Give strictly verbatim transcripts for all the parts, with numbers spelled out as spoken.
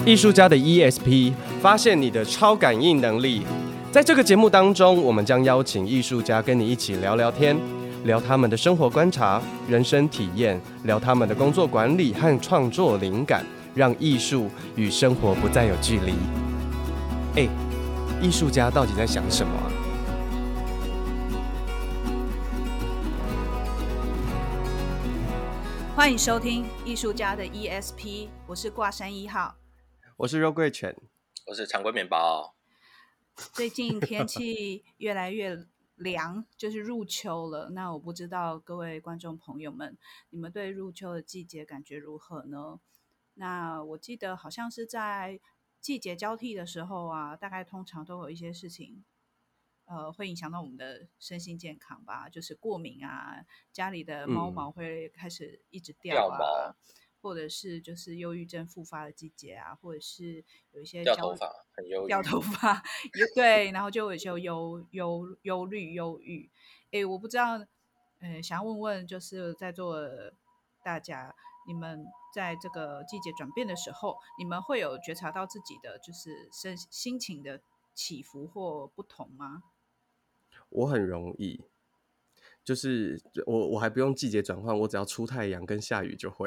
艺术家的 E S P， 发现你的超感应能力。在这个节目当中，我们将邀请艺术家跟你一起聊聊天，聊他们的生活观察、人生体验，聊他们的工作管理和创作灵感，让艺术与生活不再有距离。哎，艺术家到底在想什么啊？ 欢迎收听艺术家的 E S P， 我是挂山一号， 我是肉桂犬， 我是常规面包。 最近天气越来越凉，就是入秋了。那我不知道各位观众朋友们，你们对入秋的季节感觉如何呢？那我记得好像是在季节交替的时候啊，大概通常都有一些事情呃，会影响到我们的身心健康吧，就是过敏啊，家里的猫毛会开始一直掉啊， 掉或者是就是忧郁症复发的季节啊，或者是有一些掉头发很忧郁， 掉头发对，然后就有一些忧忧忧虑忧郁。哎，我不知道，呃，想要问问就是在座的大家，你们在这个季节转变的时候，你们会有觉察到自己的就是身心情的起伏或不同吗？ 我很容易，就是我我还不用季节转换，我只要出太阳跟下雨就会。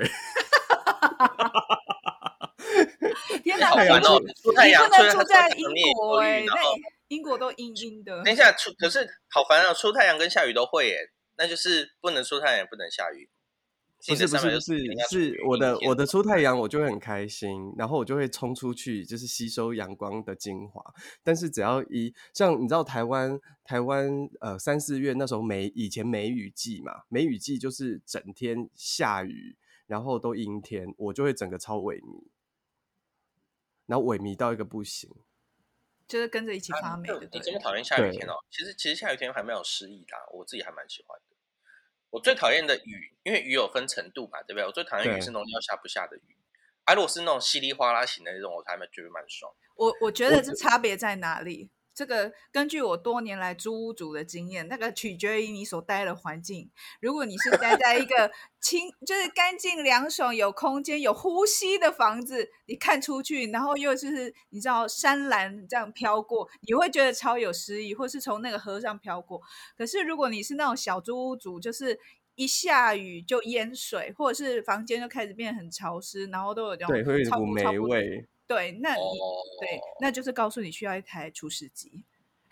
天哪， 好烦哦！出太阳， 你不能住在英国哎、欸，那那英国都阴阴的。 等一下出，可是好烦哦！出太阳跟下雨都会耶，那就是不能出太阳，也不能下雨。 不是不是不是，是我的我的出太阳我就会很开心，然后我就会冲出去，就是吸收阳光的精华。但是只要一像你知道台湾台湾呃三四月那时候梅以前梅雨季嘛，梅雨季就是整天下雨，然后都阴天，我就会整个超萎靡，然后萎靡到一个不行， 就是跟着一起发霉的。 啊、你这么讨厌下雨天哦？其实其实下雨天还蛮有诗意的、啊，我自己还蛮喜欢的。我最讨厌的雨，因为雨有分程度嘛，对不对？我最讨厌雨是那种要下不下的雨。啊，如果是那种稀里哗啦型的那种，我还觉得蛮爽。 我我觉得这差别在哪里？这个根据我多年来租屋主的经验，那个取决于你所待的环境。如果你是待在一个清，就是干净凉爽、有空间、有呼吸的房子，你看出去，然后又是你知道山岚这样飘过，你会觉得超有诗意，或是从那个河上飘过。可是如果你是那种小租屋主，就是一下雨就淹水，或者是房间就开始变得很潮湿，然后都有这种对，会有一股霉味。 对，那你、 哦、 对，那就是告诉你需要一台除湿机。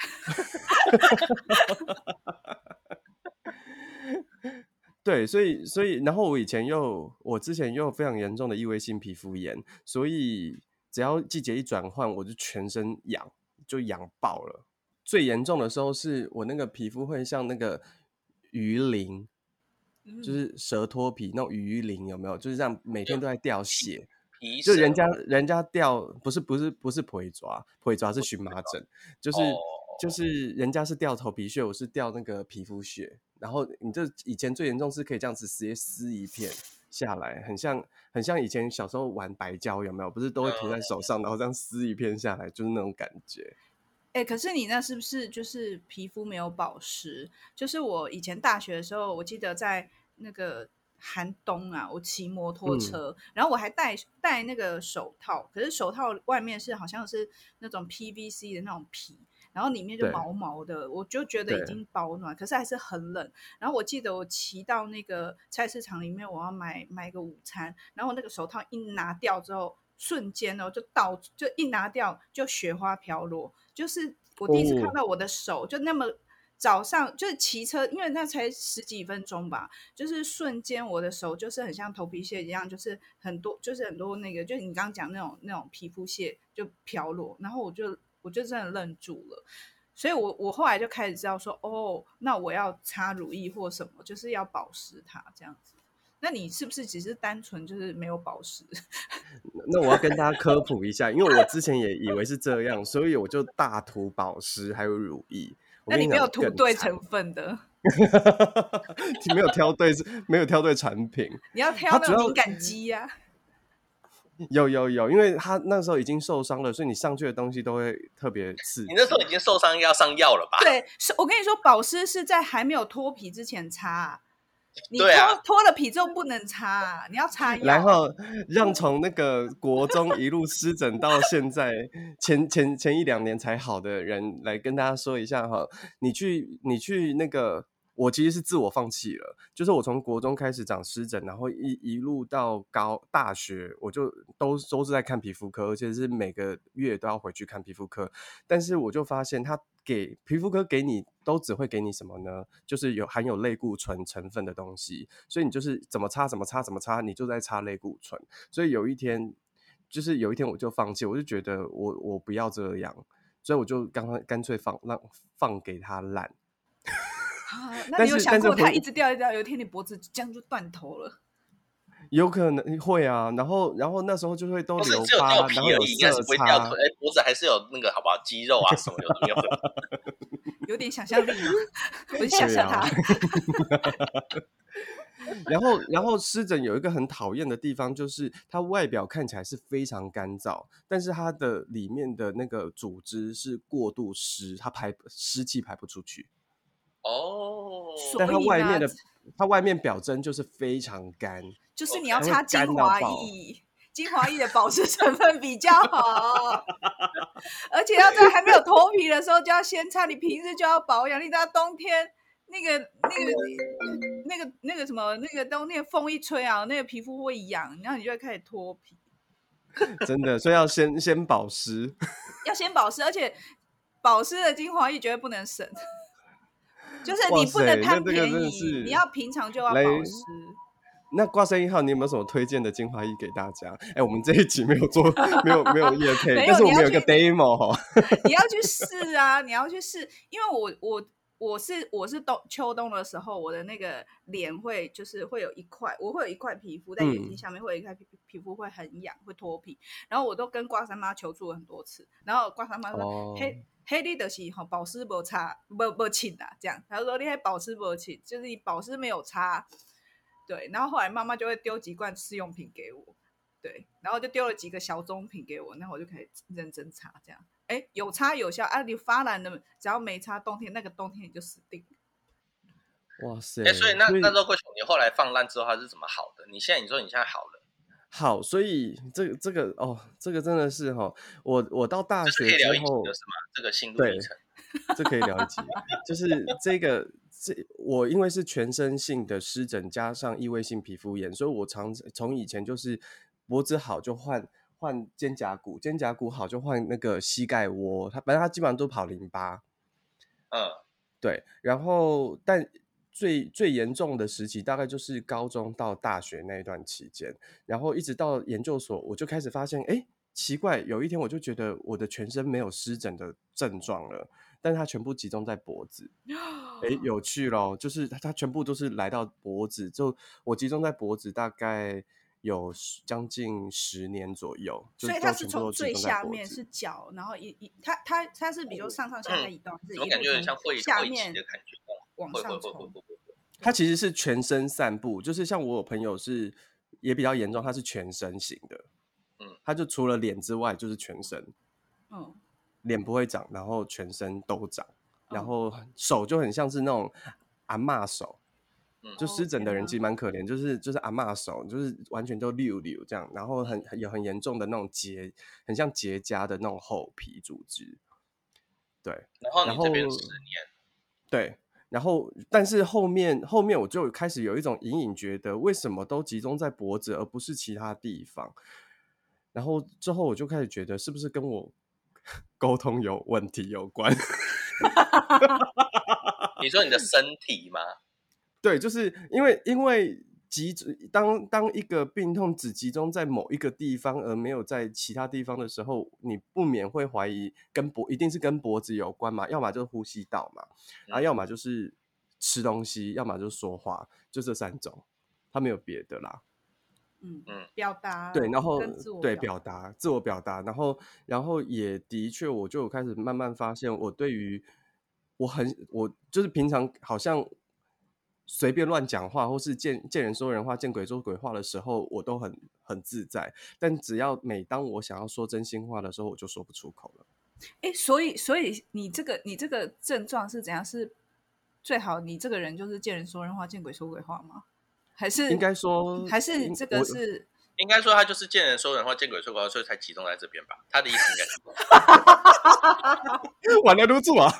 对，所以所以，然后我以前又，我之前又有非常严重的异位性皮肤炎，所以只要季节一转换，我就全身痒，就痒爆了。最严重的时候是我那个皮肤会像那个鱼鳞，嗯、就是蛇脱皮那种鱼鳞，有没有？就是这样，每天都在掉血。就人家人家掉不是不是不是皮抓，皮抓是荨麻疹，就是、哦、就是人家是掉头皮屑，我是掉那个皮肤屑。然后你这以前最严重是可以这样子直接撕一片下来，很像很像以前小时候玩白胶，有没有？不是都会涂在手上，然后这样撕一片下来，就是那种感觉。 哎、欸，可是你那是不是就是皮肤没有保湿？就是我以前大学的时候，我记得在那个寒冬啊，我骑摩托车，嗯、然后我还戴戴那个手套，可是手套外面是好像是那种 P V C 的那种皮，然后里面就毛毛的，我就觉得已经保暖，可是还是很冷。然后我记得我骑到那个菜市场里面，我要买买个午餐，然后那个手套一拿掉之后，瞬间哦就倒，就一拿掉就雪花飘落，就是我第一次看到我的手、哦、就那么。早上就是骑车，因为那才十几分钟吧，就是瞬间我的手就是很像头皮屑一样，就是很多就是很多那个，就是你刚刚讲那种那种皮肤屑就飘落，然后我就我就真的愣住了，所以我我后来就开始知道说，哦，那我要擦乳液或什么，就是要保湿它这样子。那你是不是只是单纯就是没有保湿？ 那我要跟大家科普一下，因为我之前也以为是这样，所以我就大涂保湿还有乳液。 那你没有涂对成分的， 没有挑对，没有挑对产品。 你要挑那种敏感肌呀、啊。 有有有，因为他那时候已经受伤了，所以你上去的东西都会特别刺激。 你那时候已经受伤要上药了吧？ 对，我跟你说，保湿是在还没有脱皮之前擦、啊。 你脱、啊、脱了皮之后不能擦、啊，你要擦药。 然后让从那个国中一路湿疹到现在前前前一两年才好的人来跟大家说一下哈，你去你去那个。我其实是自我放弃了，就是我从国中开始长湿疹，然后一一路到高大学，我就都都是在看皮肤科，而且是每个月都要回去看皮肤科。但是我就发现，他给皮肤科给你都只会给你什么呢？就是有含有类固醇成分的东西，所以你就是怎么擦怎么擦怎么擦，你就在擦类固醇。所以有一天，就是有一天我就放弃，我就觉得我我不要这样，所以我就刚刚干脆放让放给他烂。 啊，那你有想过它一直掉一直掉，有一天你脖子这样就断头了？ 有可能会啊，然后然后那时候就会都留疤，然后有色差， 哎，脖子还是有那个好不好肌肉啊什么有的没有的， 有点想象力嘛，我就想象它。 然后然后湿疹有一个很讨厌的地方，就是它外表看起来是非常干燥，但是它的里面的那个组织是过度湿，它排湿气排不出去。 哦， 但它外面的它外面表征就是非常干， 就是你要擦精华液，精华液的保湿成分比较好，而且要在还没有脱皮的时候就要先擦，你平时就要保养。你知道冬天那个那个那个那个什么那个冬天风一吹啊，那个皮肤会痒，然后你就会开始脱皮。 真的，所以要先先保湿， 要先保湿，而且保湿的精华液绝对不能省。就是你不能贪便宜，你要平常就要保湿。 那挂生一号，你有没有什么推荐的精华液给大家？哎，我们这一集没有做，没有没有业配，但是我们有一个 demo 哈。 你要去试啊，你要去试，因为我我我是我是冬秋冬的时候，我的那个脸会就是会有一块，我会有一块皮肤在眼睛下面，会有一块皮皮肤会很痒，会脱皮。然后我都跟挂三妈求助了很多次，然后挂三妈说：“嘿。”黑你就是吼保湿没擦，没没清啦，这样。他说你还保湿没清，就是你保湿没有擦，对。然后后来妈妈就会丢几罐试用品给我，对，然后就丢了几个小棕瓶给我，然后我就可以认真擦，这样。哎，有擦有效啊！你发染的，只要没擦，冬天那个冬天你就死定了。 哇塞！ 哎，所以那那肉桂熊你后来放烂之后它是怎么好的？你现在你说你现在好了。 好，所以这个这个哦，这个真的是哈、哦，我我到大学之后， 就是吗？这个心路历程， 这可以聊一集。就是这个这我因为是全身性的湿疹加上异位性皮肤炎，所以我常从以前就是脖子好就换换肩胛骨，肩胛骨好就换那个膝盖窝，它反正它基本上都跑淋巴。 嗯， 对，然后但。最最严重的时期大概就是高中到大学那一段期间，然后一直到研究所，我就开始发现，哎，奇怪，有一天我就觉得我的全身没有湿疹的症状了，但是它全部集中在脖子，哎，有趣咯，就是它全部都是来到脖子，就我集中在脖子大概有将近十年左右， 所以它是从最下面是脚，然后一一它它它是比如上上下下移动， 我感觉有点像会下面的感觉。 往上冲， 它其实是全身散布，就是像我有朋友是也比较严重，他是全身型的，嗯，他就除了脸之外就是全身，嗯，脸不会长，然后全身都长，然后手就很像是那种阿嬷手，嗯，就湿疹的人其实蛮可怜，就是就是阿嬷手，就是完全都溜溜这样，然后很有很严重的那种结，很像结痂的那种厚皮组织，对， 然后你这边十年， 对。然后，但是后面后面我就开始有一种隐隐觉得，为什么都集中在脖子，而不是其他地方？然后之后我就开始觉得，是不是跟我沟通有问题有关？ 你说你的身体吗？ 对，就是因为因为集当当一个病痛只集中在某一个地方，而没有在其他地方的时候，你不免会怀疑跟脖一定是跟脖子有关嘛，要么就是呼吸道嘛，然后要么就是吃东西，要么就是说话，就这三种，它没有别的啦。 嗯嗯，表达对，然后对表达自我表达，然后然后也的确，我就开始慢慢发现，我对于我很我就是平常好像。随便乱讲话，或是见见人说人话，见鬼说鬼话的时候，我都很很自在。但只要每当我想要说真心话的时候，我就说不出口了。 哎，所以所以你这个你这个症状是怎样？是最好你这个人就是见人说人话，见鬼说鬼话吗？还是应该说， 还是这个是应该说他就是见人说人话，见鬼说鬼话，所以才集中在这边吧？他的意思应该是完了，入住啊！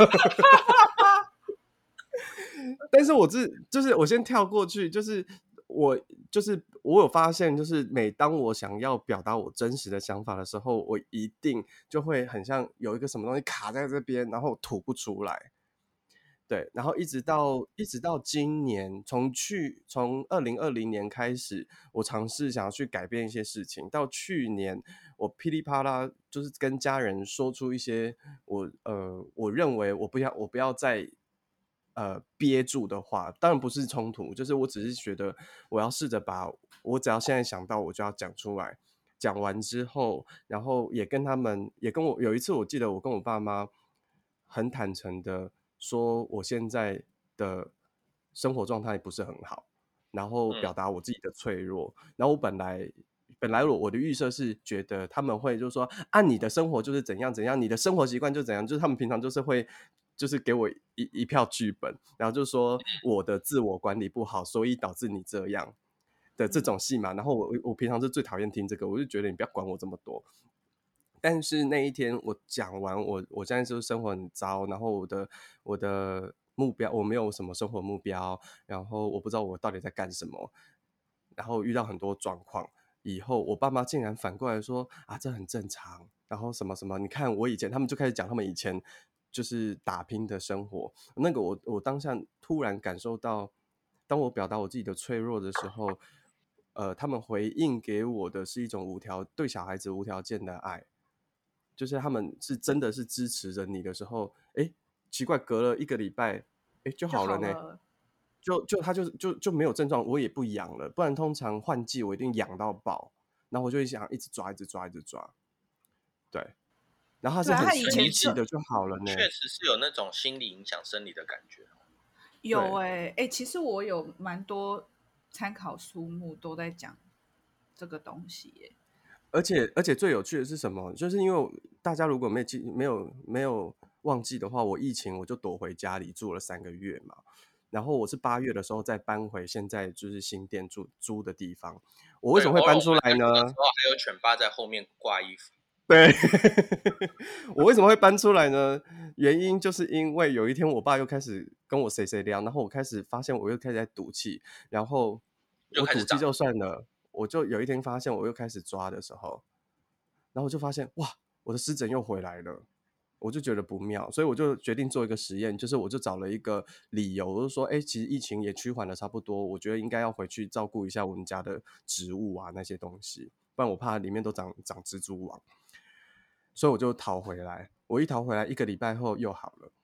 但是我是就是我先跳过去，就是我就是我有发现，就是每当我想要表达我真实的想法的时候，我一定就会很像有一个什么东西卡在这边，然后吐不出来。对，然后一直到一直到今年，从去从二零二零年开始，我尝试想要去改变一些事情。到去年，我噼里啪啦就是跟家人说出一些我呃我认为我不要我不要再呃憋住的话，当然不是冲突，就是我只是觉得我要试着把我只要现在想到我就要讲出来。讲完之后，然后也跟他们也跟我有一次，我记得我跟我爸妈很坦诚的说我现在的生活状态不是很好，然后表达我自己的脆弱。嗯、然后我本来本来我我的预设是觉得他们会就是说啊，你的生活就是怎样怎样，你的生活习惯就怎样，就是他们平常就是会就是给我一一票剧本，然后就说我的自我管理不好，所以导致你这样的这种戏嘛。然后我我平常是最讨厌听这个，我就觉得你不要管我这么多。但是那一天我讲完我我现在就是生活很糟，然后我的我的目标我没有什么生活目标，然后我不知道我到底在干什么，然后遇到很多状况以后，我爸妈竟然反过来说啊，这很正常，然后什么什么，你看我以前，他们就开始讲他们以前就是打拼的生活。那个我我当下突然感受到，当我表达我自己的脆弱的时候，呃，他们回应给我的是一种无条对小孩子无条件的爱。就是他们是真的是支持着你的时候，哎，奇怪，隔了一个礼拜，哎，就好了呢，就, 了就就他就就就没有症状，我也不痒了，不然通常换季我一定痒到爆，然后我就会想一直抓，一直抓，一直抓，对，然后他是很神奇的就好了呢， 确实是有那种心理影响生理的感觉。 有哎、欸、哎、欸，其实我有蛮多参考书目都在讲这个东西耶、欸。 而且而且最有趣的是什么？就是因为大家如果没有记没有没有忘记的话，我疫情我就躲回家里住了三个月嘛。然后我是八月的时候再搬回现在就是新店住租的地方。我为什么会搬出来呢？ 那时候还有犬爸在后面挂衣服。 对，我为什么会搬出来呢？原因就是因为有一天我爸又开始跟我谁谁聊，然后我开始发现我又开始在赌气，然后我赌气就算了。我就有一天发现我又开始抓的时候，然后我就发现哇，我的湿疹又回来了，我就觉得不妙，所以我就决定做一个实验，就是我就找了一个理由，我就说，哎，其实疫情也趋缓了差不多，我觉得应该要回去照顾一下我们家的植物啊那些东西，不然我怕里面都长长蜘蛛网，所以我就逃回来。我一逃回来，一个礼拜后又好了。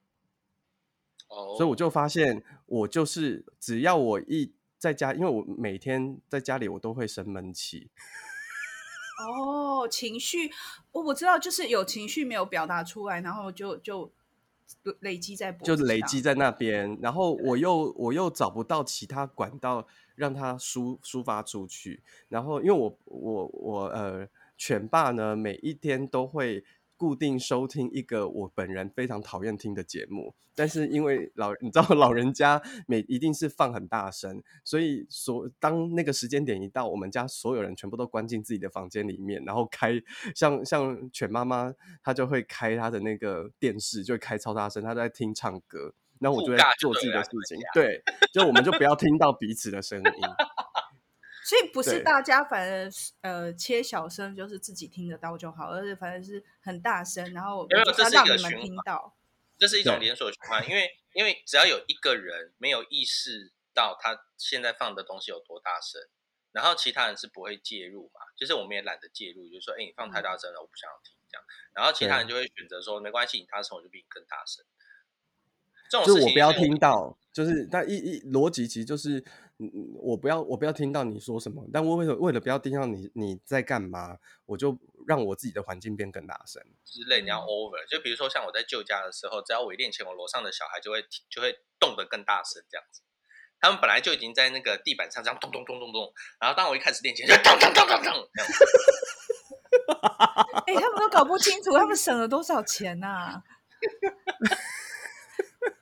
哦， 所以我就发现，我就是只要我一在家，因为我每天在家里我都会生闷气。 哦，情绪，我我知道，就是有情绪没有表达出来，然后就就累积在脖子上， 就累积在那边，然后我又我又找不到其他管道让它抒抒发出去。然后因为我我我呃，犬爸呢每一天都会固定收听一个我本人非常讨厌听的节目，但是因为老你知道老人家每一定是放很大声，所以所当那个时间点一到，我们家所有人全部都关进自己的房间里面，然后开像像犬妈妈她就会开她的那个电视，就会开超大声，她在听唱歌，然后我就在做自己的事情，对，就我们就不要听到彼此的声音。 所以不是大家反正呃切小声就是自己听得到就好，而是反正是很大声，然后就是要让你们听到。 这是一种连锁循环，因为因为只要有一个人没有意识到他现在放的东西有多大声，然后其他人是不会介入嘛，就是我们也懒得介入，就是说，哎，你放太大声了，我不想要听这样，然后其他人就会选择说，没关系，你大声我就比你更大声。这种事情就是我不要听到，就是但一一逻辑其实就是，嗯，我不要我不要听到你说什么，但我为了为了不要听到你你在干嘛，我就让我自己的环境变更大声之类。你要 over， 就比如说像我在旧家的时候，只要我一练琴，我楼上的小孩就会就会动得更大声这样子。他们本来就已经在那个地板上这样咚咚咚咚咚，然后当我一开始练琴就咚咚咚咚咚这样子。 哎、欸，他们都搞不清楚他们省了多少钱啊。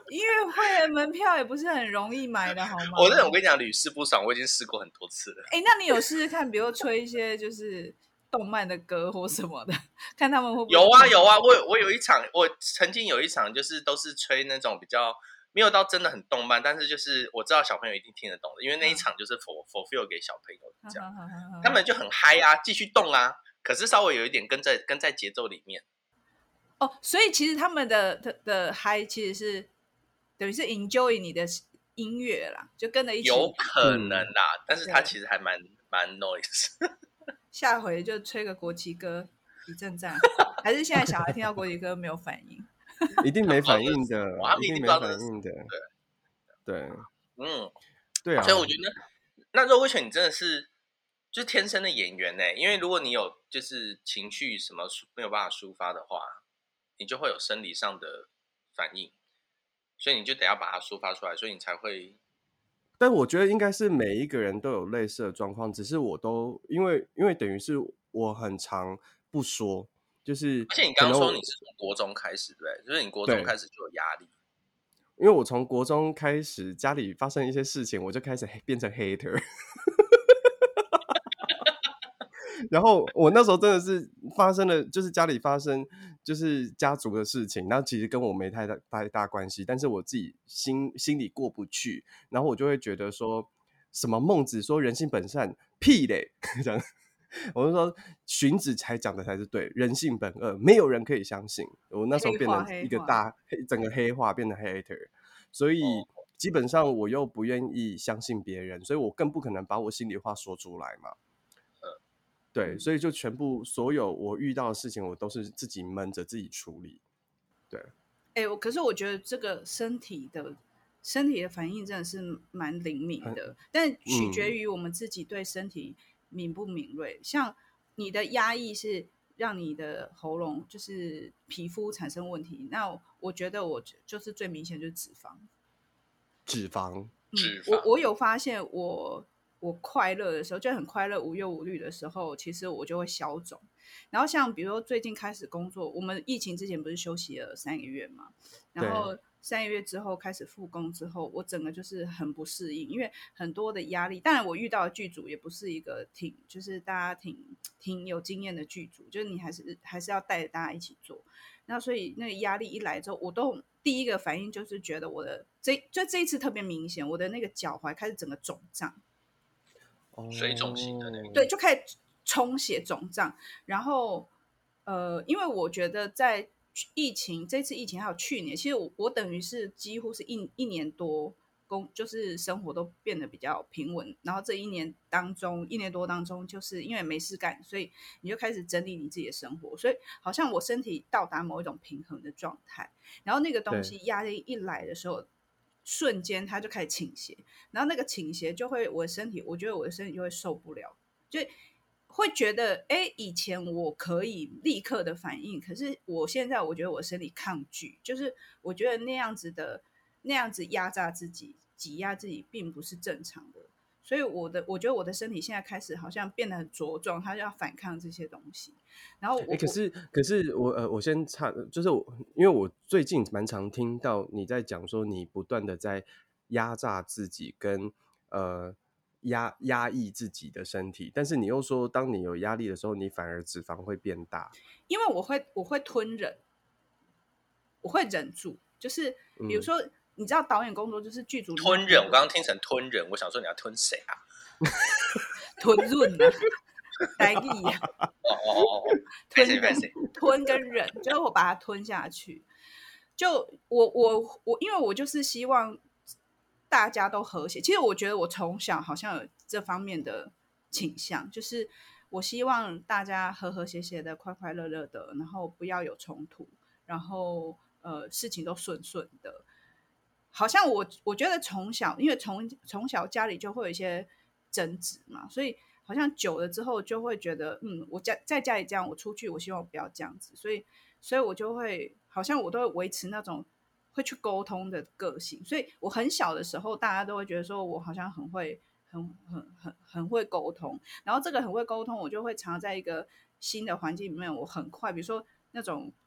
音乐会的门票也不是很容易买的，好吗？ 我那种我跟你讲屡试不爽，我已经试过很多次了。 哎，那你有试试看，比如吹一些就是动漫的歌或什么的，看他们会不会？ 有啊有啊，我有我有一场，我曾经有一场就是都是吹那种比较没有到真的很动漫，但是就是我知道小朋友一定听得懂的，因为那一场就是 for fulfill 给小朋友的这样，他们就很嗨啊，继续动啊，可是稍微有一点跟在跟在节奏里面。 哦，所以其实他们的的的嗨其实是等于是 enjoy 你的音乐啦，就跟着一起。 有可能啦，嗯、但是他其实还蛮蛮 noise。 下回就吹个国旗歌一阵战，还是现在小孩听到国旗歌没有反应？ 一定没反应的，一定没反应的。对，对， 嗯， 对啊。 所以我觉得，那肉桂犬你真的是就是天生的演员呢，因为如果你有就是情绪什么没有办法抒发的话，你就会有生理上的反应，所以你就得要把它抒发出来，所以你才会。 但我觉得应该是每一个人都有类似的状况，只是我都因为因为等于是我很常不说，就是而且你刚刚说你是从国中开始，对不对？就是你国中开始就有压力。 因为我从国中开始，家里发生一些事情，我就开始变成 hater。然后我那时候真的是发生了，就是家里发生就是家族的事情，然后其实跟我没太大太大关系，但是我自己心心里过不去，然后我就会觉得说什么孟子说人性本善，屁嘞，这样。我就说荀子才讲的才是对，人性本恶，没有人可以相信。我那时候变成一个大黑整个黑化，变成 hater， 所以基本上我又不愿意相信别人，所以我更不可能把我心里话说出来嘛。对，所以就全部所有我遇到的事情，我都是自己闷着自己处理。对， 哎、欸，可是我觉得这个身体的身体的反应真的是蛮灵敏的，但取决于我们自己对身体敏不敏锐。嗯、像你的压抑是让你的喉咙就是皮肤产生问题，那我觉得我就是最明显就是脂肪。 脂肪， 嗯，我我有发现我。我快乐的时候就很快乐无忧无虑的时候，其实我就会消肿。然后像比如说最近开始工作，我们疫情之前不是休息了三个月嘛，然后三个月之后开始复工之后，我整个就是很不适应，因为很多的压力。当然我遇到的剧组也不是一个挺就是大家挺挺有经验的剧组，就是你还是还是要带着大家一起做。那所以那个压力一来之后，我都第一个反应就是觉得我的这就这一次特别明显，我的那个脚踝开始整个肿胀。 水肿型的那种， 对，就开始充血肿胀，然后呃，因为我觉得在疫情这次疫情还有去年，其实我我等于是几乎是一一年多工，就是生活都变得比较平稳，然后这一年当中一年多当中，就是因为没事干，所以你就开始整理你自己的生活，所以好像我身体到达某一种平衡的状态，然后那个东西压力一来的时候。瞬间它就开始倾斜，然后那个倾斜就会我的身体，我觉得我的身体就会受不了，就会觉得哎，以前我可以立刻的反应，可是我现在我觉得我身体抗拒，就是我觉得那样子的那样子压榨自己挤压自己并不是正常的，所以我的我觉得我的身体现在开始好像变得很茁壮，它就要反抗这些东西。然后我、 欸、可是可是我呃，我先插，就是我因为我最近蛮常听到你在讲说，你不断的在压榨自己跟呃压压抑自己的身体，但是你又说，当你有压力的时候，你反而脂肪会变大。 因为我会我会吞忍，我会忍住，就是比如说。嗯你知道导演工作就是剧组吞忍，我刚刚听成吞忍，我想说你要吞谁啊？ 吞润啊，台语啊， 哦哦哦， 吞吞跟忍，就是我把它吞下去。就我我我，因为我就是希望大家都和谐。其实我觉得我从小好像有这方面的倾向，就是我希望大家和和谐谐的、快快乐乐的，然后不要有冲突，然后呃事情都顺顺的。好像我我觉得从小，因为从从小家里就会有一些争执嘛，所以好像久了之后就会觉得，嗯，我家在家里这样，我出去我希望我不要这样子，所以所以我就会好像我都会维持那种会去沟通的个性，所以我很小的时候，大家都会觉得说我好像很会很很很很会沟通，然后这个很会沟通，我就会常在一个新的环境里面，我很快，比如说那种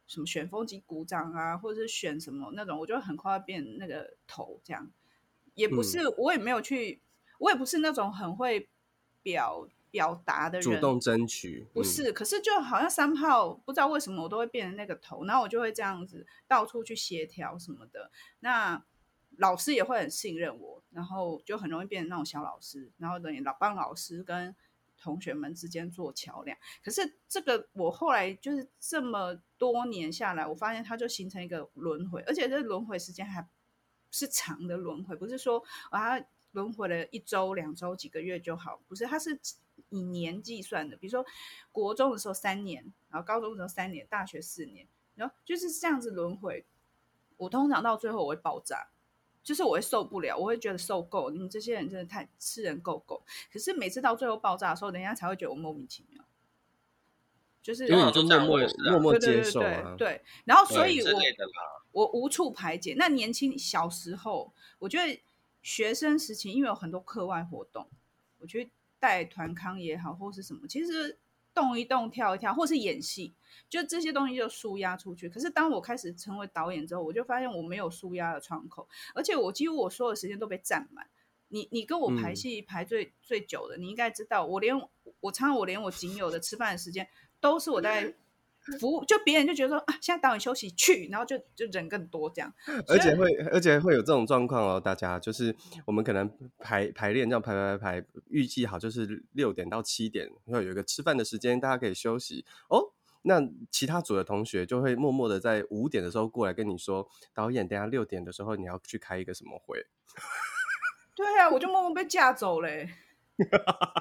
什么选风纪股长啊，或者是选什么那种，我就很快变那个头这样。也不是、嗯、我也没有去，我也不是那种很会表表达的人， 主动争取， 不是、嗯、可是就好像三号不知道为什么我都会变成那个头，然后我就会这样子到处去协调什么的，那老师也会很信任我，然后就很容易变成那种小老师，然后等于老帮老师跟同学们之间做桥梁。可是这个我后来就是这么多年下来，我发现它就形成一个轮回，而且这轮回时间还是长的轮回，不是说啊它轮回了一周两周几个月就好，不是，它是以年计算的。比如说国中的时候三年，然后高中的时候三年，大学四年，然后就是这样子轮回。我通常到最后我会爆炸，就是我会受不了，我会觉得受够，你们这些人真的太吃人够够。可是每次到最后爆炸的时候，人家才会觉得我莫名其妙，就是因为你就默默、啊、默默接受啊， 对对对 对, 对。然后所以我我无处排解。那年轻小时候，我觉得学生时期因为有很多课外活动，我觉得带团康也好，或是什么，其实动一动、跳一跳，或是演戏，就这些东西就抒压出去。可是当我开始成为导演之后，我就发现我没有抒压的窗口，而且我几乎我所有时间都被占满。你你跟我排戏排最、嗯、最久的，你应该知道，我连我常常我连我仅有的吃饭的时间都是我在服务，就别人就觉得说啊，现在导演休息去，然后就就人更多这样， 而且会而且会有这种状况哦，大家就是我们可能排排练这样排排排，预计好就是六点到七点会有一个吃饭的时间，大家可以休息哦。那其他组的同学就会默默的在五点的时候过来跟你说，导演等一下六点的时候你要去开一个什么会。 对啊，我就默默被架走嘞、欸。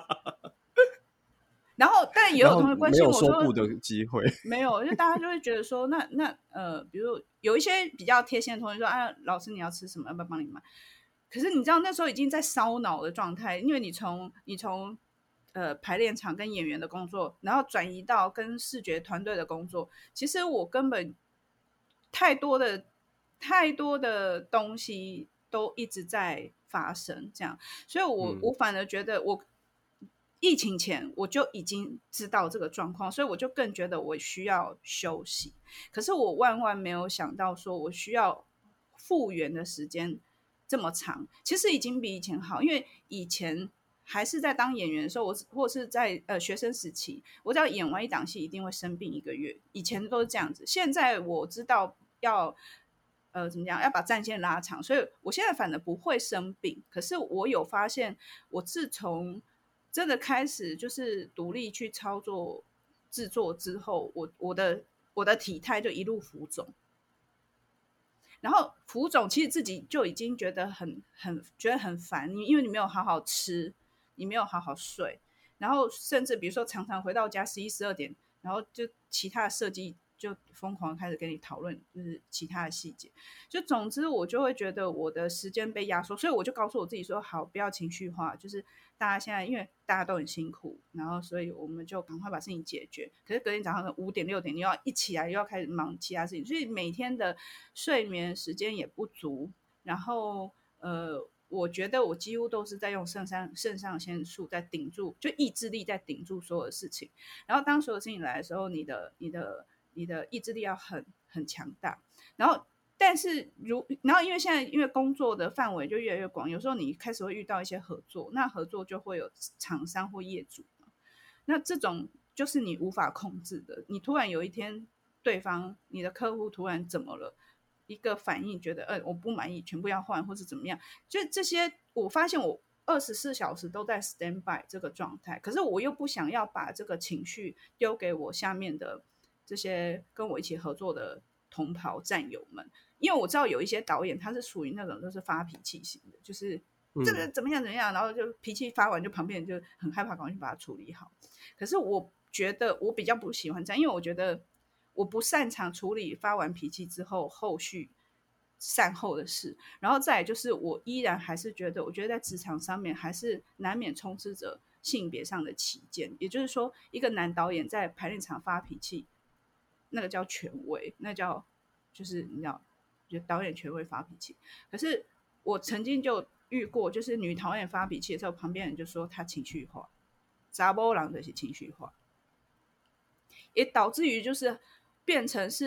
然后，但也有同学关心我说， 没有说不的机会， 没有，就大家就会觉得说，那那呃，比如有一些比较贴心的同学说，啊，老师你要吃什么，要不要帮你买？可是你知道那时候已经在烧脑的状态，因为你从你从呃排练场跟演员的工作，然后转移到跟视觉团队的工作，其实我根本太多的太多的东西都一直在发生，这样，所以我、嗯、我反而觉得我。疫情前我就已经知道这个状况，所以我就更觉得我需要休息。可是我万万没有想到说我需要复原的时间这么长，其实已经比以前好，因为以前还是在当演员的时候，我或是在呃学生时期，我只要演完一档戏一定会生病一个月，以前都是这样子。现在我知道要呃怎么样，要把战线拉长，所以我现在反而不会生病。可是我有发现，我自从真的开始就是独立去操作制作之后，我我的我的体态就一路浮肿，然后浮肿其实自己就已经觉得很很觉得很烦，你因为你没有好好吃，你没有好好睡，然后甚至比如说常常回到家十一十二点，然后就其他的设计就疯狂开始跟你讨论，就是其他的细节。就总之我就会觉得我的时间被压缩，所以我就告诉我自己说，好，不要情绪化，就是大家现在因为大家都很辛苦，然后所以我们就赶快把事情解决。可是隔天早上五点六点你要一起来又要开始忙其他事情，所以每天的睡眠时间也不足，然后呃我觉得我几乎都是在用肾上肾上腺素在顶住，就意志力在顶住所有的事情。然后当所有事情来的时候，你的你的你的意志力要很很强大。然后但是如然后因为现在因为工作的范围就越来越广，有时候你开始会遇到一些合作，那合作就会有厂商或业主，那这种就是你无法控制的。你突然有一天对方你的客户突然怎么了，一个反应觉得呃我不满意，全部要换或是怎么样，就这些我发现我二十四小时都在 stand by 这个状态，可是我又不想要把这个情绪丢给我下面的这些跟我一起合作的同袍战友们，因为我知道有一些导演他是属于那种就是发脾气型的，就是这个怎么样怎么样，然后就脾气发完就旁边人就很害怕，赶快去把它处理好。可是我觉得我比较不喜欢这样，因为我觉得我不擅长处理发完脾气之后后续善后的事。然后再来就是我依然还是觉得，我觉得在职场上面还是难免充斥着性别上的歧见，也就是说一个男导演在排练场发脾气，那个叫权威，那叫就是你知道，就导演权威发脾气。可是我曾经就遇过，就是女导演发脾气的时候，旁边人就说她情绪化，查某人就是情绪化，也导致于就是变成是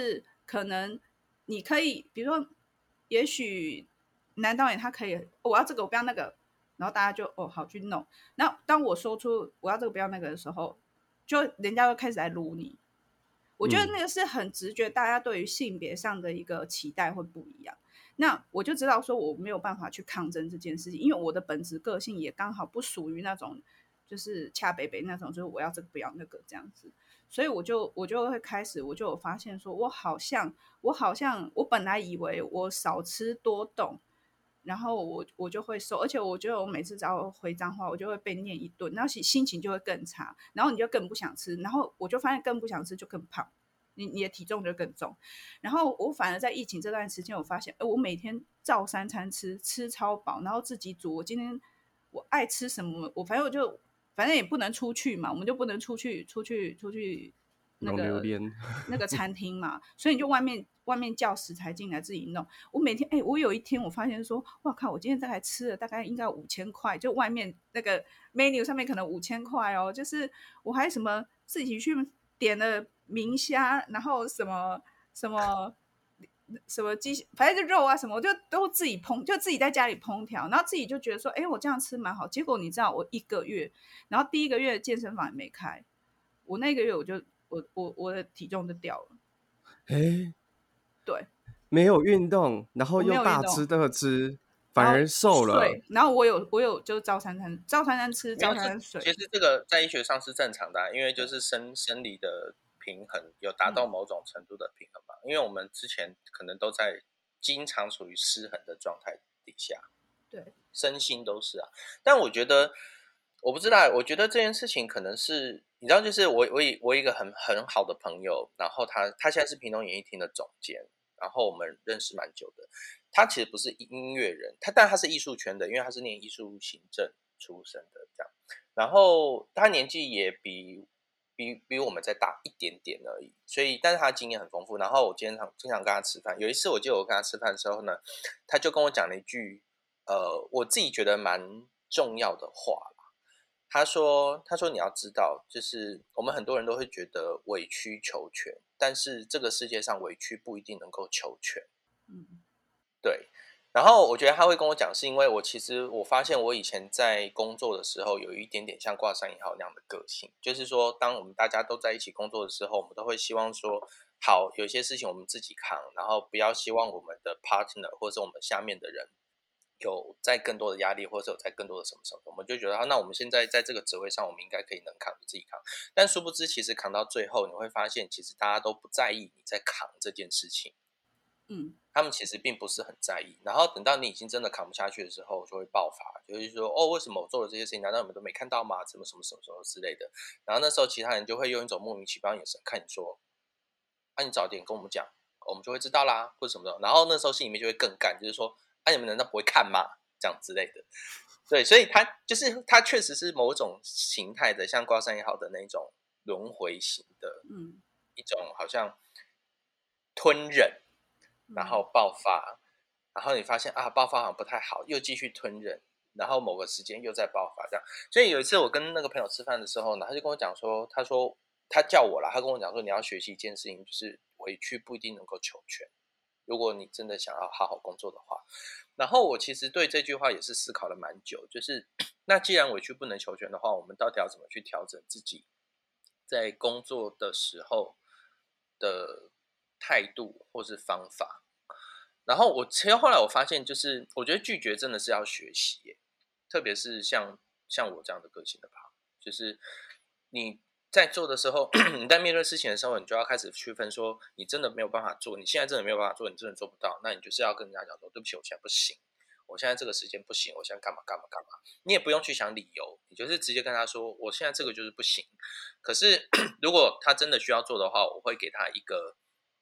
可能你可以，比如说，也许男导演他可以，哦我要这个，我不要那个，然后大家就哦好去弄。然后当我说出我要这个不要那个的时候，就人家就开始来撸你。我觉得那个是很直觉，大家对于性别上的一个期待会不一样。那我就知道说我没有办法去抗争这件事情，因为我的本质个性也刚好不属于那种就是恰北北那种，就是我要这个不要那个这样子。所以我就我就会开始，我就有发现说，我好像我好像我本来以为我少吃多动，然后我我就会瘦，而且我觉得我每次只要回脏话，我就会被念一顿，然后心情就会更差，然后你就更不想吃，然后我就发现更不想吃就更胖，你你的体重就更重。然后我反而在疫情这段时间，我发现，哎，我每天照三餐吃，吃超饱，然后自己煮。我今天我爱吃什么，我反正我就反正也不能出去嘛，我们就不能出去出去出去那弄榴个莲那个餐厅嘛，所以你就外面外面叫食材进来自己弄。我每天哎、欸，我有一天我发现说，哇靠，我今天大概吃了大概应该五千块，就外面那个 menu 上面可能五千块哦，就是我还什么自己去点了明虾，然后什么什么。什么鸡，反正就肉啊什么，我就都自己烹，就自己在家里烹调，然后自己就觉得说，哎，我这样吃蛮好。结果你知道，我一个月，然后第一个月健身房也没开，我那个月我就我我我的体重就掉了。 哎， 对， 没有运动，然后我没又有运动， 大吃特吃，反然后而瘦了。 睡，然后我有我有就是照三餐，照三餐吃， 没有， 照三餐睡。 其实这个在医学上是正常的、啊，因为就是生生理的平衡有达到某种程度的平衡嘛。嗯、因为我们之前可能都在经常处于失衡的状态底下， 对， 身心都是啊。但我觉得，我不知道，我觉得这件事情可能是你知道，就是我我我一个很很好的朋友，然后他他现在是屏东演艺厅的总监，然后我们认识蛮久的。他其实不是音乐人，他但他是艺术圈的，因为他是念艺术行政出身的这样。然后他年纪也比比比我们再大一点点而已，所以但是他经验很丰富。然后我经常经常跟他吃饭，有一次我记得我跟他吃饭的时候呢，他就跟我讲了一句呃我自己觉得蛮重要的话啦。他说他说你要知道，就是我们很多人都会觉得委曲求全，但是这个世界上委屈不一定能够求全。 嗯， 对，然后我觉得他会跟我讲，是因为我其实我发现我以前在工作的时候有一点点像挂山一号那样的个性，就是说当我们大家都在一起工作的时候，我们都会希望说，好，有些事情我们自己扛，然后不要希望我们的 partner 或者是我们下面的人有在更多的压力，或者有在更多的什么什么，我们就觉得那我们现在在这个职位上，我们应该可以能扛就自己扛。但殊不知，其实扛到最后，你会发现，其实大家都不在意你在扛这件事情。 嗯， 他们其实并不是很在意，然后等到你已经真的扛不下去的时候，就会爆发，就是说，哦，为什么我做了这些事情，难道你们都没看到吗？什么什么什么什么之类的。然后那时候其他人就会用一种莫名其妙的眼神看你说，啊，你早点跟我们讲，我们就会知道啦，或者什么的。然后那时候心里面就会更干，就是说，啊，你们难道不会看吗？这样之类的。对，所以他就是他确实是某种形态的，像挂山也好的那种轮回型的， 嗯， 一种好像吞忍。然后爆发，然后你发现啊，爆发好像不太好，又继续吞忍，然后某个时间又在爆发，这样。所以有一次我跟那个朋友吃饭的时候呢，他就跟我讲说，他说他叫我啦，他跟我讲说，你要学习一件事情，就是委屈不一定能够求全。如果你真的想要好好工作的话，然后我其实对这句话也是思考了蛮久，就是那既然委屈不能求全的话，我们到底要怎么去调整自己在工作的时候的态度或是方法？然后我其实后来我发现，就是我觉得拒绝真的是要学习耶，特别是像像我这样的个性的吧，就是你在做的时候，你在面对事情的时候，你就要开始区分说，你真的没有办法做，你现在真的没有办法做，你真的做不到，那你就是要跟人家讲说，对不起，我现在不行，我现在这个时间不行，我现在干嘛干嘛干嘛，你也不用去想理由，你就是直接跟他说，我现在这个就是不行。可是如果他真的需要做的话，我会给他一个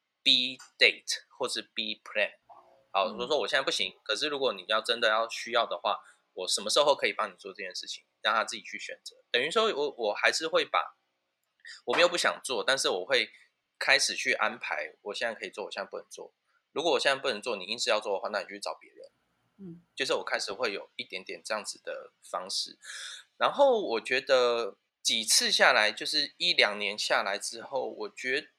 B date 或是 B plan。好，我说我现在不行，可是如果你要真的要需要的话，我什么时候可以帮你做这件事情，让他自己去选择。等于说我我还是会把，我没有不想做，但是我会开始去安排，我现在可以做，我现在不能做。如果我现在不能做，你硬是要做的话，那你就去找别人。 嗯， 就是我开始会有一点点这样子的方式，然后我觉得几次下来，就是一两年下来之后，我觉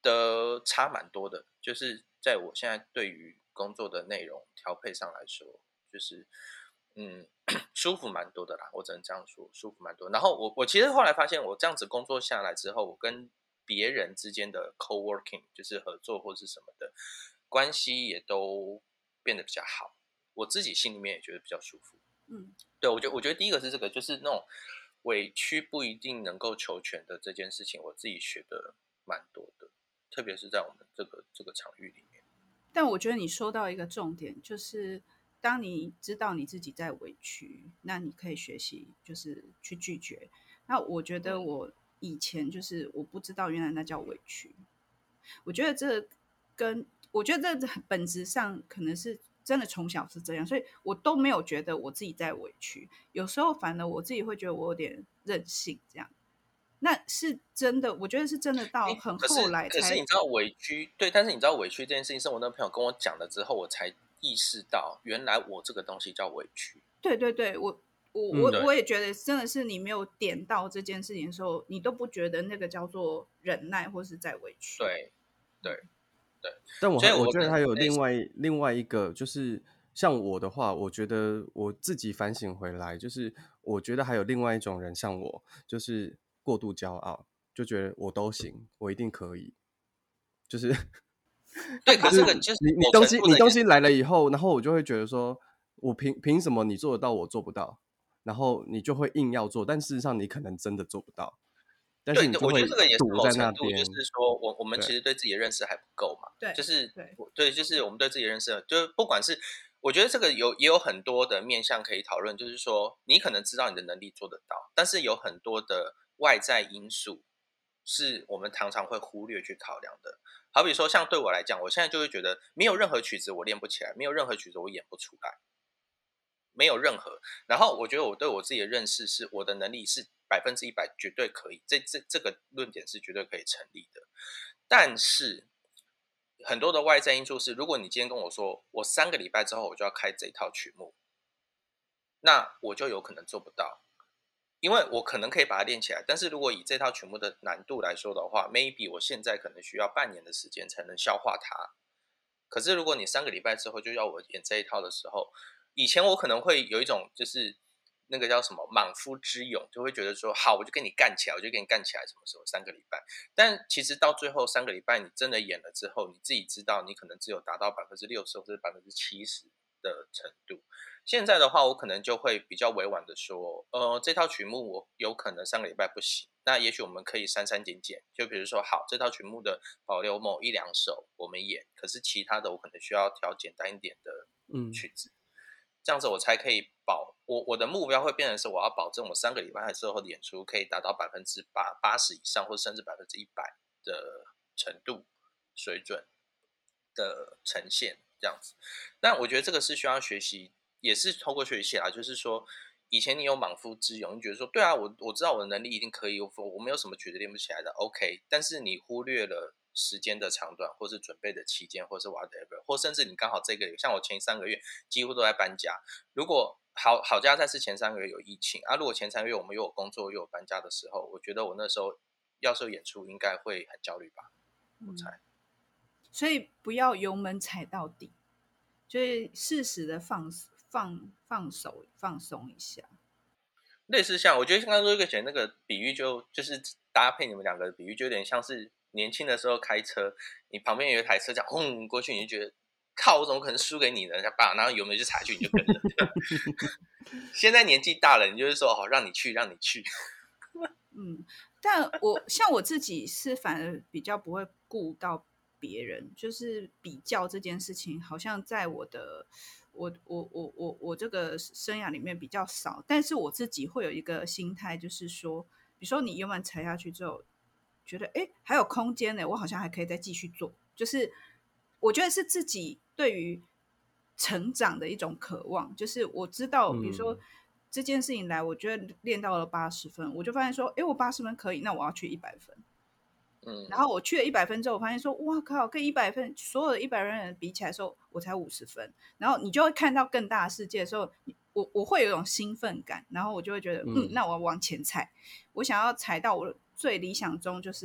得差蛮多的，就是在我现在对于工作的内容调配上来说，就是嗯舒服蛮多的啦，我只能这样说，舒服蛮多。然后我我其实后来发现，我这样子工作下来之后，我跟别人之间的 co-working 就是合作或是什么的关系也都变得比较好，我自己心里面也觉得比较舒服。 嗯， 对，我觉得我觉得第一个是这个，就是那种委屈不一定能够求全的这件事情，我自己学的蛮多的，特别是在我们这个这个场域里面。 但我觉得你说到一个重点，就是当你知道你自己在委屈，那你可以学习就是去拒绝。那我觉得我以前就是我不知道原来那叫委屈，我觉得这跟我觉得这本质上可能是真的从小是这样，所以我都没有觉得我自己在委屈，有时候反而我自己会觉得我有点任性这样。那是真的，我觉得是真的到很后来才。 可是可是你知道委屈，对，但是你知道委屈这件事情是我那朋友跟我讲了之后，我才意识到原来我这个东西叫委屈。 对对对，我我我、嗯、我也觉得真的是你没有点到这件事情的时候，你都不觉得那个叫做忍耐或是在委屈。 对对对， 但我所以我我觉得还有另外另外一个，就是像我的话，我觉得我自己反省回来，就是我觉得还有另外一种人像我，就是过度骄傲，就觉得我都行，我一定可以，就是对，可是这个就是你你东西你东西来了以后，然后我就会觉得说，我凭凭什么你做得到，我做不到？然后你就会硬要做，但事实上你可能真的做不到。但是你就会对，我觉得这个也是某程度， 就就是说我我们其实对自己的认识还不够嘛。 对， 就是对， 对，就是我们对自己的认识，就是不管是我觉得这个有也有很多的面向可以讨论，就是说你可能知道你的能力做得到，但是有很多的外在因素是我们常常会忽略去考量的。好比说，像对我来讲，我现在就会觉得没有任何曲子我练不起来，没有任何曲子我演不出来，没有任何。然后我觉得我对我自己的认识是，我的能力是百分之一百绝对可以，这这这个论点是绝对可以成立的。但是很多的外在因素是，如果你今天跟我说，我三个礼拜之后我就要开这一套曲目，那我就有可能做不到。因为我可能可以把它练起来，但是如果以这套曲目的难度来说的话 maybe 我现在可能需要半年的时间才能消化它。可是如果你三个礼拜之后就要我演这一套的时候，以前我可能会有一种就是那个叫什么莽夫之勇，就会觉得说好，我就跟你干起来，我就跟你干起来。什么时候三个礼拜？但其实到最后三个礼拜你真的演了之后，你自己知道你可能只有达到百分之六十或者百分之七十的程度。现在的话我可能就会比较委婉的说，呃，这套曲目我有可能三个礼拜不行，那也许我们可以删删减减，就比如说好，这套曲目的保留某一两首我们演，可是其他的我可能需要调简单一点的曲子。嗯，这样子我才可以保我我的目标会变成是我要保证我三个礼拜之后的演出可以达到百分之八八十以上，或甚至百分之一百的程度水准的呈现这样子。但我觉得这个是需要学习，也是透过学习啦，就是说以前你有莽夫之勇，你觉得说对啊，我我知道我的能力一定可以，我我没有什么曲子练不起来的 OK， 但是你忽略了时间的长短，或是准备的期间，或是 whatever， 或甚至你刚好这个像我前三个月几乎都在搬家，如果好好家在是前三个月有疫情啊，如果前三个月我们又有工作又有搬家的时候，我觉得我那时候要是有演出应该会很焦虑吧，我猜。 嗯，所以不要油门踩到底，就是适时的放放放手放松一下。 类似像我觉得刚刚说一个选那个比喻就就是搭配你们两个的比喻，就有点像是年轻的时候开车，你旁边有一台车这样轰过去，你就觉得靠，我怎么可能输给你呢？然后油门就踩去，你就跟了。现在年纪大了，你就是说好，让你去，让你去。 嗯，但我像我自己是反而比较不会顾到别人，就是比较这件事情，好像在我的我我我我我这个生涯里面比较少。但是我自己会有一个心态，就是说，比如说你油门踩下去之后，觉得哎还有空间呢，我好像还可以再继续做。就是我觉得是自己对于成长的一种渴望，就是我知道，比如说。嗯，这件事情来，我觉得练到了八十分，我就发现说，哎，我八十分可以，那我要去一百分。嗯，然后我去了一百分之后，我发现说，哇靠，跟一百分所有的一百分人比起来的时候，我才五十分。然后你就会看到更大的世界的时候，我我会有一种兴奋感，然后我就会觉得，嗯，嗯那我要往前踩，我想要踩到我最理想中就是。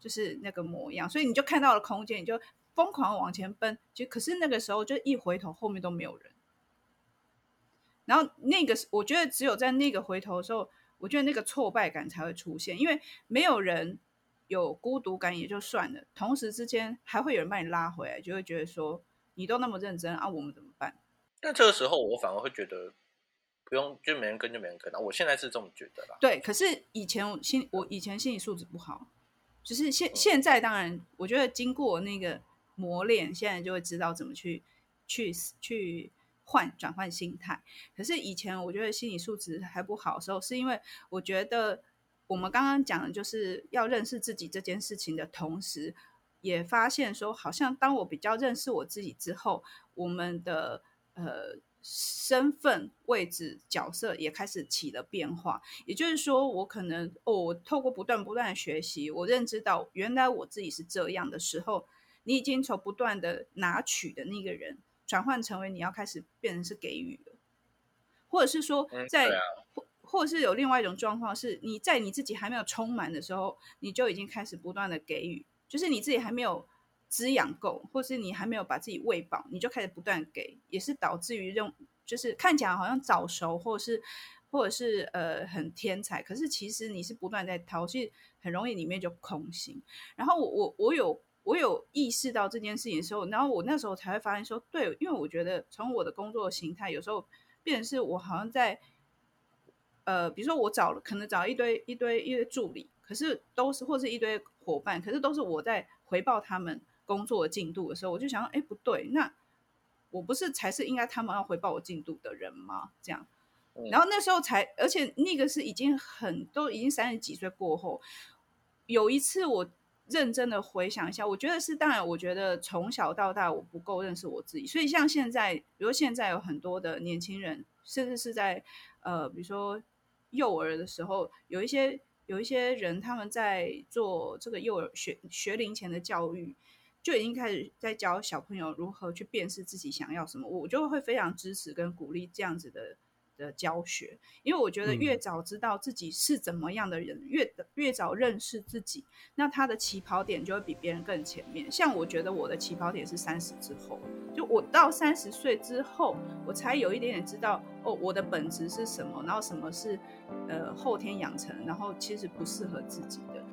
就是那个模样，所以你就看到了空间，你就疯狂往前奔，就可是那个时候就一回头后面都没有人，然后那个我觉得只有在那个回头的时候，我觉得那个挫败感才会出现，因为没有人有孤独感也就算了，同时之间还会有人把你拉回来，就会觉得说你都那么认真啊，我们怎么办？ 但这个时候我反而会觉得不用，就没人跟就没人跟啊。我现在是这么觉得啦。 对，可是以前我心我以前心理素质不好，就是现、 嗯、 现在当然，我觉得经过那个磨练，现在就会知道怎么去去去换转换心态。可是以前我觉得心理素质还不好的时候，是因为我觉得我们刚刚讲的就是要认识自己这件事情的同时，也发现说，好像当我比较认识我自己之后，我们的呃。身份位置角色也开始起了变化，也就是说我可能哦，我透过不断不断的学习，我认知到原来我自己是这样的时候，你已经从不断的拿取的那个人转换成为你要开始变成是给予了，或者是说在、 嗯啊、 或, 或者是有另外一种状况是你在你自己还没有充满的时候，你就已经开始不断的给予，就是你自己还没有滋养够，或是你还没有把自己喂饱，你就开始不断给，也是导致于用就是看起来好像早熟，或者是或者是呃很天才，可是其实你是不断在掏，所以很容易里面就空心。然后我我我有我有意识到这件事情的时候，然后我那时候才会发现说，对，因为我觉得从我的工作形态，有时候变成是我好像在呃，比如说我找了可能找一堆一堆一堆助理，可是都是或是一堆伙伴，可是都是我在回报他们工作的进度的时候，我就想说，哎，不对，那我不是才是应该他们要回报我进度的人吗？这样，然后那时候才，而且那个是已经很都已经三十几岁过后，有一次我认真的回想一下，我觉得是，当然，我觉得从小到大我不够认识我自己，所以像现在，比如现在有很多的年轻人，甚至是在呃，比如说幼儿的时候，有一些有一些人他们在做这个幼儿学学龄前的教育。就已经开始在教小朋友如何去辨识自己想要什么，我就会非常支持跟鼓励这样子的的教学，因为我觉得越早知道自己是怎么样的人，嗯、越越早认识自己，那他的起跑点就会比别人更前面。像我觉得我的起跑点是三十之后，就我到三十岁之后，我才有一点点知道哦，我的本质是什么，然后什么是呃后天养成，然后其实不适合自己的。